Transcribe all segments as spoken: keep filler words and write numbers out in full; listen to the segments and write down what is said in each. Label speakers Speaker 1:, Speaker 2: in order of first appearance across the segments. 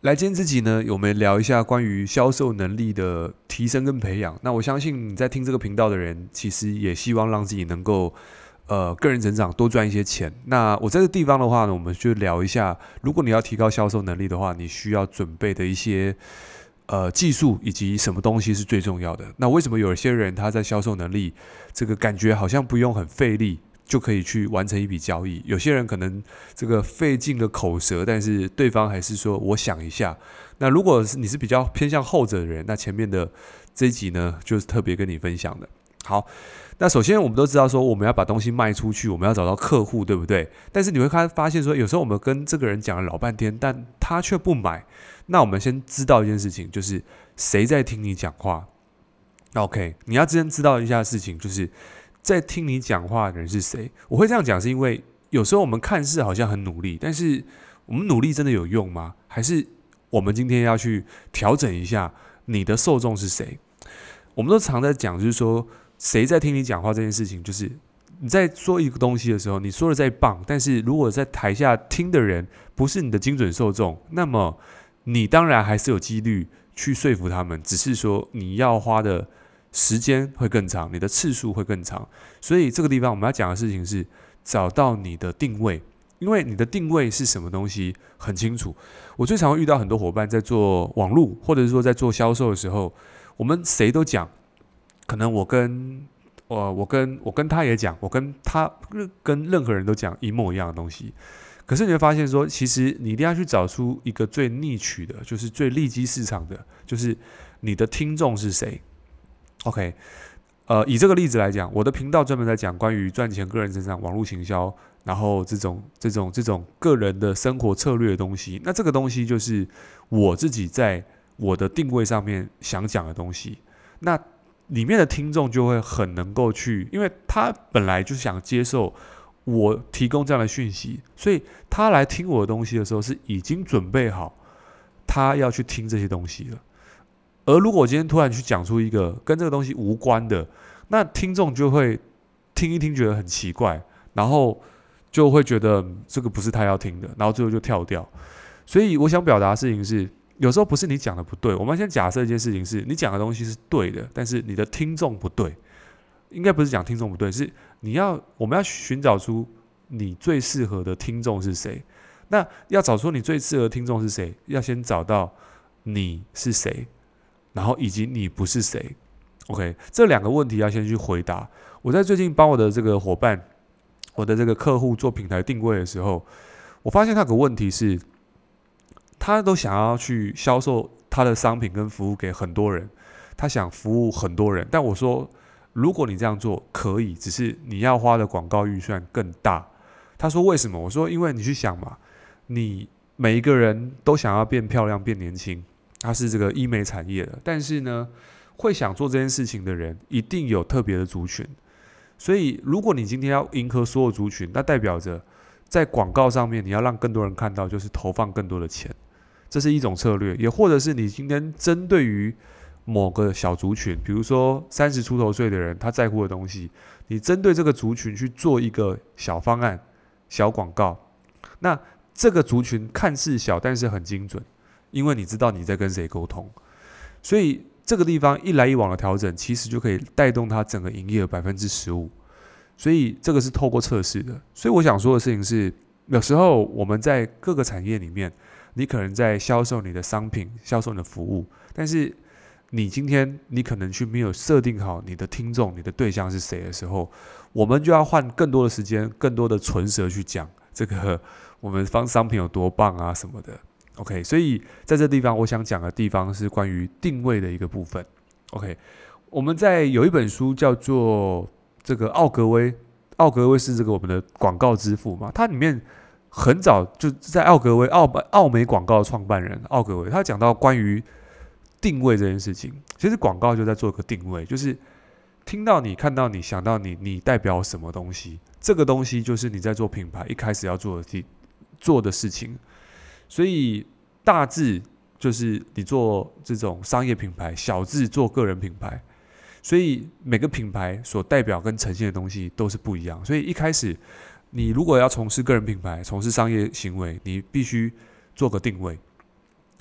Speaker 1: 来，今天这集呢，我们聊一下关于销售能力的提升跟培养。那我相信你在听这个频道的人，其实也希望让自己能够呃个人成长，多赚一些钱。那我在这个地方的话呢，我们就聊一下，如果你要提高销售能力的话，你需要准备的一些呃技术以及什么东西是最重要的。那为什么有些人他在销售能力这个感觉好像不用很费力？就可以去完成一笔交易。有些人可能这个费尽了口舌，但是对方还是说我想一下。那如果你是比较偏向后者的人，那前面的这一集呢，就是特别跟你分享的。好，那首先我们都知道说我们要把东西卖出去，我们要找到客户，对不对？但是你会看发现说，有时候我们跟这个人讲了老半天，但他却不买。那我们先知道一件事情，就是谁在听你讲话。OK， 你要先知道一下事情，就是在听你讲话的人是谁。我会这样讲，是因为有时候我们看似好像很努力，但是我们努力真的有用吗？还是我们今天要去调整一下你的受众是谁？我们都常在讲，就是说谁在听你讲话这件事情，就是你在说一个东西的时候，你说的再棒，但是如果在台下听的人不是你的精准受众，那么你当然还是有几率去说服他们，只是说你要花的时间会更长，你的次数会更长。所以这个地方我们要讲的事情是找到你的定位，因为你的定位是什么东西很清楚。我最常会遇到很多伙伴在做网络，或者是说在做销售的时候，我们谁都讲，可能我跟我我跟我跟他也讲，我跟他跟任何人都讲一模一样的东西。可是你会发现说，其实你一定要去找出一个最niche的，就是最利基市场的，就是你的听众是谁。OK， 呃，以这个例子来讲，我的频道专门在讲关于赚钱、个人成长、网络行销，然后这种这种这种个人的生活策略的东西。那这个东西就是我自己在我的定位上面想讲的东西。那里面的听众就会很能够去，因为他本来就想接受我提供这样的讯息，所以他来听我的东西的时候是已经准备好他要去听这些东西了。而如果我今天突然去讲出一个跟这个东西无关的，那听众就会听一听觉得很奇怪，然后就会觉得这个不是他要听的，然后最后就跳掉。所以我想表达的事情是，有时候不是你讲的不对，我们先假设一件事情是你讲的东西是对的，但是你的听众不对。应该不是讲听众不对，是你要我们要寻找出你最适合的听众是谁。那要找出你最适合的听众是谁，要先找到你是谁，然后以及你不是谁。OK， 这两个问题要先去回答。我在最近帮我的这个伙伴，我的这个客户做品牌定位的时候，我发现他有个问题是，他都想要去销售他的商品跟服务给很多人，他想服务很多人。但我说，如果你这样做可以，只是你要花的广告预算更大。他说为什么？我说因为你去想嘛，你每一个人都想要变漂亮、变年轻，他是这个医美产业的，但是呢，会想做这件事情的人一定有特别的族群。所以，如果你今天要迎合所有族群，那代表着在广告上面你要让更多人看到，就是投放更多的钱，这是一种策略。也或者是你今天针对于某个小族群，比如说三十出头岁的人，他在乎的东西，你针对这个族群去做一个小方案、小广告，那这个族群看似小，但是很精准，因为你知道你在跟谁沟通，所以这个地方一来一往的调整，其实就可以带动它整个营业额百分之十五。所以这个是透过测试的。所以我想说的事情是，有时候我们在各个产业里面，你可能在销售你的商品、销售你的服务，但是你今天你可能去没有设定好你的听众、你的对象是谁的时候，我们就要换更多的时间、更多的唇舌去讲这个我们方商品有多棒啊什么的。OK， 所以在这地方我想讲的地方是关于定位的一个部分。OK， 我们在有一本书叫做这个奥格威，奥格威是这个我们的广告之父嘛，它里面很早就在奥格威奥奥美广告的创办人奥格威，他讲到关于定位这件事情。其实广告就在做一个定位，就是听到你、看到你、想到你，你代表什么东西？这个东西就是你在做品牌一开始要做的做的事情。所以大致就是你做这种商业品牌，小致做个人品牌。所以每个品牌所代表跟呈现的东西都是不一样。所以一开始你如果要从事个人品牌、从事商业行为，你必须做个定位。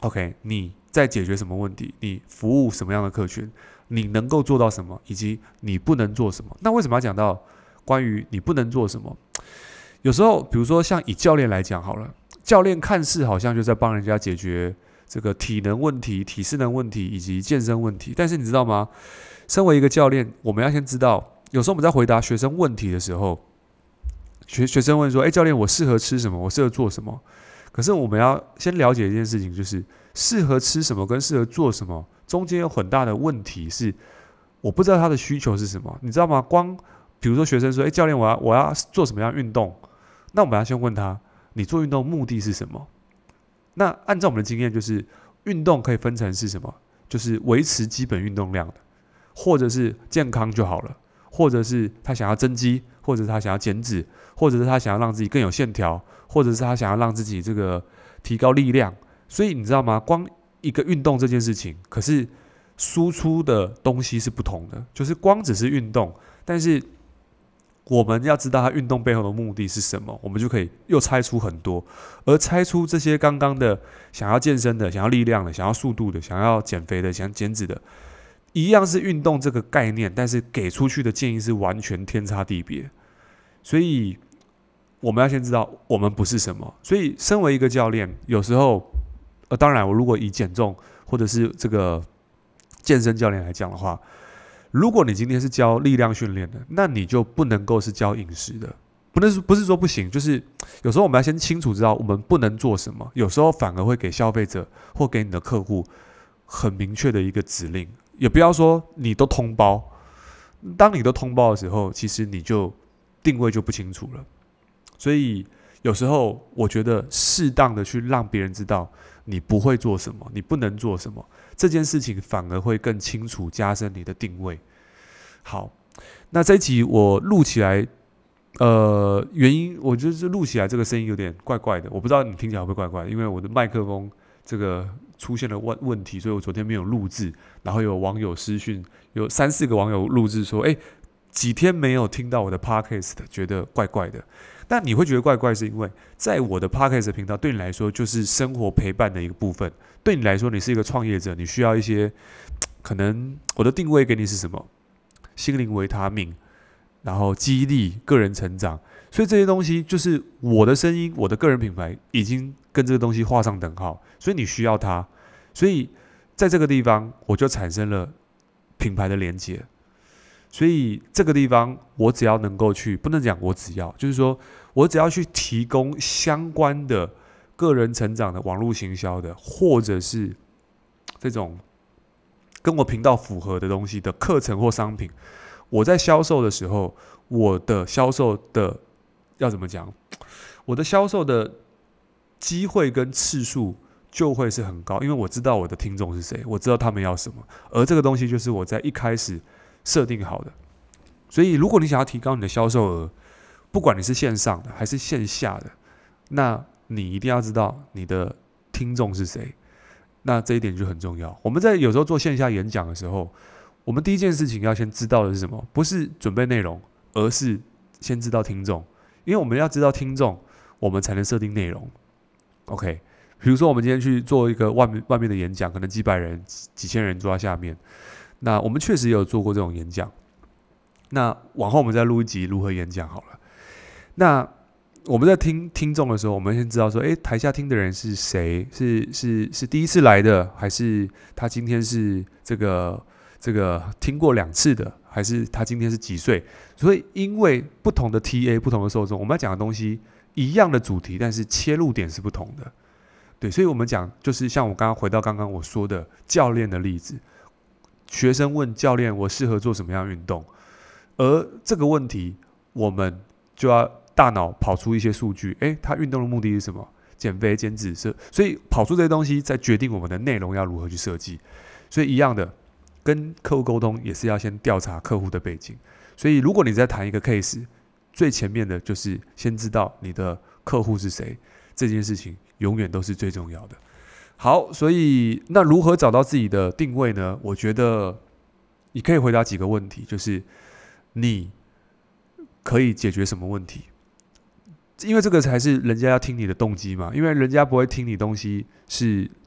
Speaker 1: OK，你在解决什么问题？你服务什么样的客群？你能够做到什么，以及你不能做什么？那为什么要讲到关于你不能做什么？有时候，比如说像以教练来讲好了，教练看似好像就在帮人家解决这个体能问题、体适能问题以及健身问题，但是你知道吗？身为一个教练，我们要先知道，有时候我们在回答学生问题的时候，学学生问说：“哎，教练，我适合吃什么？我适合做什么？”可是我们要先了解一件事情，就是适合吃什么跟适合做什么中间有很大的问题是，我不知道他的需求是什么，你知道吗？光比如说学生说：“哎，教练，我要我要做什么样运动？”那我们要先问他，你做运动目的是什么？那按照我们的经验，就是运动可以分成是什么？就是维持基本运动量的，或者是健康就好了，或者是他想要增肌，或者是他想要减脂，或者是他想要让自己更有线条，或者是他想要让自己这个提高力量。所以你知道吗？光一个运动这件事情，可是输出的东西是不同的，就是光只是运动，但是我们要知道他运动背后的目的是什么，我们就可以又猜出很多，而猜出这些刚刚的想要健身的、想要力量的、想要速度的、想要减肥的、想要减脂的，一样是运动这个概念，但是给出去的建议是完全天差地别。所以我们要先知道我们不是什么。所以身为一个教练，有时候，呃，当然我如果以减重或者是这个健身教练来讲的话，如果你今天是教力量训练的，那你就不能够是教饮食的。不能不是说不行，就是有时候我们要先清楚知道我们不能做什么，有时候反而会给消费者或给你的客户很明确的一个指令，也不要说你都通包。当你都通包的时候，其实你就定位就不清楚了。所以有时候我觉得适当的去让别人知道你不会做什么，你不能做什么，这件事情反而会更清楚加深你的定位。好，那这一集我录起来，呃，原因我就是录起来这个声音有点怪怪的，我不知道你听起来会不会怪怪的，因为我的麦克风这个出现了问问题，所以我昨天没有录制。然后有网友私讯，有三四个网友录制说，哎，几天没有听到我的 podcast， 觉得怪怪的。那你会觉得怪怪，是因为在我的 podcast 频道对你来说就是生活陪伴的一个部分。对你来说，你是一个创业者，你需要一些可能我的定位给你是什么？心灵维他命，然后激励、个人成长，所以这些东西就是我的声音，我的个人品牌已经跟这个东西画上等号，所以你需要它。所以在这个地方，我就产生了品牌的连结。所以这个地方，我只要能够去，不能讲我只要，就是说我只要去提供相关的个人成长的网络行销的，或者是这种跟我频道符合的东西的课程或商品，我在销售的时候，我的销售的要怎么讲？我的销售的机会跟次数就会是很高，因为我知道我的听众是谁，我知道他们要什么，而这个东西就是我在一开始设定好的。所以，如果你想要提高你的销售额，不管你是线上的还是线下的，那你一定要知道你的听众是谁。那这一点就很重要。我们在有时候做线下演讲的时候，我们第一件事情要先知道的是什么？不是准备内容，而是先知道听众。因为我们要知道听众，我们才能设定内容。OK， 比如说我们今天去做一个外面外面的演讲，可能几百人、几千人坐在下面。那我们确实也有做过这种演讲。那往后我们再录一集如何演讲好了。那我们在听听众的时候，我们先知道说，哎，台下听的人是谁？是是是第一次来的，还是他今天是这个这个听过两次的，还是他今天是几岁？所以因为不同的 T A、不同的受众，我们要讲的东西一样的主题，但是切入点是不同的。对，所以我们讲就是像我刚刚回到刚刚我说的教练的例子，学生问教练我适合做什么样的运动，而这个问题我们就要大脑跑出一些数据，诶，他运动的目的是什么？减肥、减脂，所以跑出这些东西，再决定我们的内容要如何去设计。所以一样的，跟客户沟通也是要先调查客户的背景。所以如果你在谈一个 case， 最前面的就是先知道你的客户是谁，这件事情永远都是最重要的。好，所以那如何找到自己的定位呢？我觉得你可以回答几个问题，就是你可以解决什么问题？因为这个才是人家要听你的动机嘛，因为人家不会听你东西是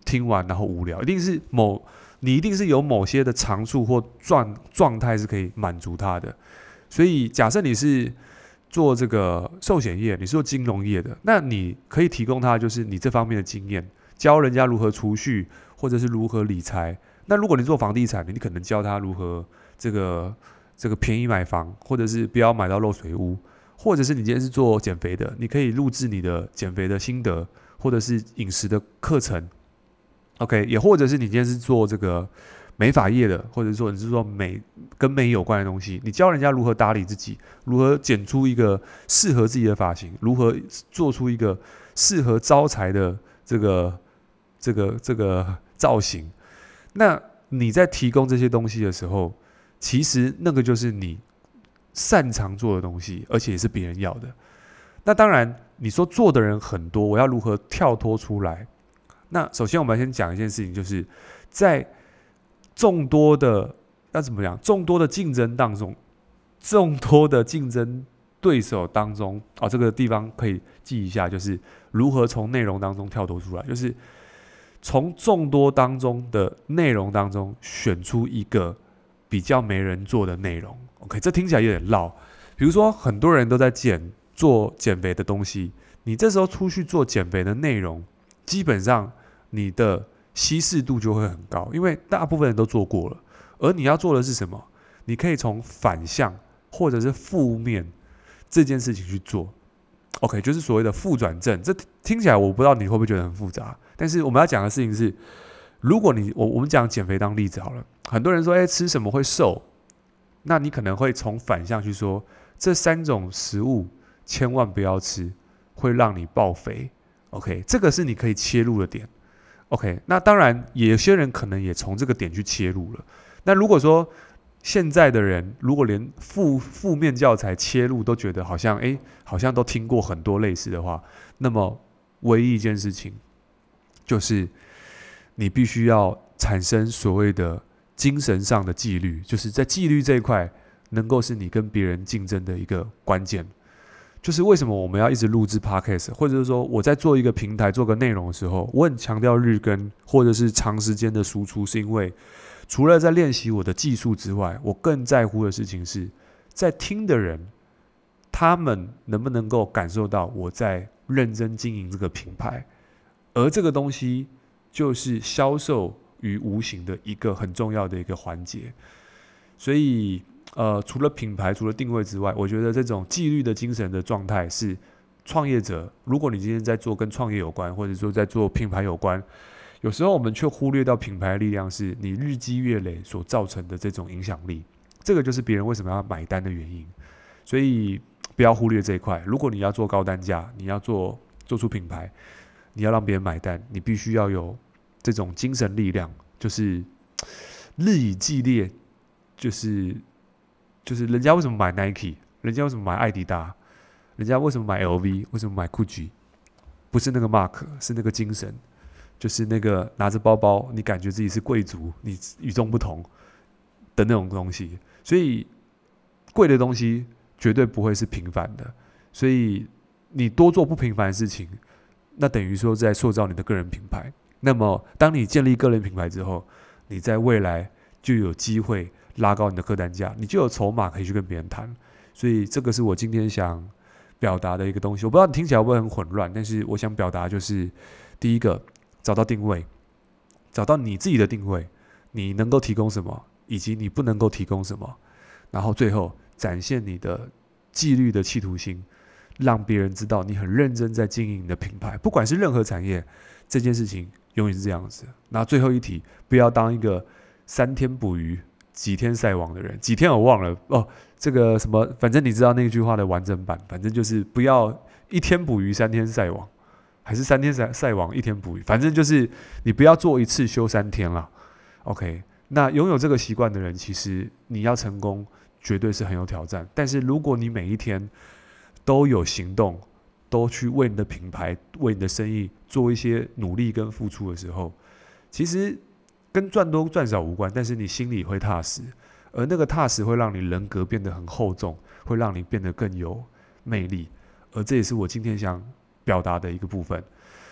Speaker 1: 听完然后无聊，一定是某你一定是有某些的长处或状状态是可以满足他的。所以假设你是做这个寿险业，你是做金融业的，那你可以提供他就是你这方面的经验，教人家如何储蓄或者是如何理财。那如果你做房地产，你可能教他如何这个这个便宜买房，或者是不要买到漏水屋，或者是你今天是做减肥的，你可以录制你的减肥的心得，或者是饮食的课程。OK， 也或者是你今天是做这个美发业的，或者说你是做美跟美有关的东西，你教人家如何打理自己，如何剪出一个适合自己的发型，如何做出一个适合招财的这个这个这个造型。那你在提供这些东西的时候，其实那个就是你擅长做的东西，而且也是别人要的。那当然，你说做的人很多，我要如何跳脱出来？那首先我们要先讲一件事情，就是在众多的要怎么讲？众多的竞争当中，众多的竞争对手当中，哦，这个地方可以记一下，就是如何从内容当中跳脱出来，就是从众多当中的内容当中选出一个比较没人做的内容。OK， 这听起来有点绕。比如说，很多人都在减做减肥的东西，你这时候出去做减肥的内容，基本上你的稀释度就会很高，因为大部分人都做过了。而你要做的是什么？你可以从反向或者是负面这件事情去做。OK， 就是所谓的负转正。这听起来我不知道你会不会觉得很复杂，但是我们要讲的事情是，如果你我我们讲减肥当例子好了，很多人说，哎，吃什么会瘦？那你可能会从反向去说，这三种食物千万不要吃，会让你爆肥。OK， 这个是你可以切入的点。OK， 那当然，有些人可能也从这个点去切入了。那如果说现在的人如果连负负面教材切入都觉得好像哎，好像都听过很多类似的话，那么唯一一件事情就是你必须要产生所谓的精神上的纪律，就是在纪律这一块能够是你跟别人竞争的一个关键。就是为什么我们要一直录制 podcast， 或者是说我在做一个平台做个内容的时候，我很强调日更或者是长时间的输出，是因为除了在练习我的技术之外，我更在乎的事情是在听的人，他们能不能够感受到我在认真经营这个品牌，而这个东西就是销售与无形的一个很重要的一个环节。所以呃，除了品牌，除了定位之外，我觉得这种纪律的精神的状态是创业者，如果你今天在做跟创业有关，或者说在做品牌有关，有时候我们却忽略到品牌的力量是你日积月累所造成的这种影响力，这个就是别人为什么要买单的原因。所以不要忽略这一块。如果你要做高单价，你要做做出品牌，你要让别人买单，你必须要有这种精神力量，就是日以继烈，就是就是人家为什么买 Nike， 人家为什么买艾迪达，人家为什么买 L V， 为什么买 Gucci， 不是那个 Mark， 是那个精神，就是那个拿着包包你感觉自己是贵族，你与众不同的那种东西。所以贵的东西绝对不会是平凡的，所以你多做不平凡的事情，那等于说在塑造你的个人品牌。那么当你建立个人品牌之后，你在未来就有机会拉高你的客单价，你就有筹码可以去跟别人谈。所以这个是我今天想表达的一个东西。我不知道你听起来会不会很混乱，但是我想表达就是，第一个，找到定位，找到你自己的定位，你能够提供什么，以及你不能够提供什么，然后最后展现你的纪律的企图心，让别人知道你很认真在经营你的品牌。不管是任何产业，这件事情永远是这样子。那最后一题，不要当一个三天捕鱼几天晒网的人。几天我忘了哦，这个什么，反正你知道那句话的完整版，反正就是不要一天捕鱼三天晒网，还是三天晒晒网一天捕鱼，反正就是你不要做一次休三天啦。OK， 那拥有这个习惯的人，其实你要成功绝对是很有挑战。但是如果你每一天都有行动，都去为你的品牌、为你的生意做一些努力跟付出的时候，其实跟赚多赚少无关，但是你心里会踏实，而那个踏实会让你人格变得很厚重，会让你变得更有魅力。而这也是我今天想表达的一个部分。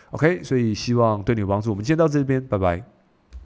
Speaker 1: OK，所以希望对你有帮助。我们今天到这边，拜拜。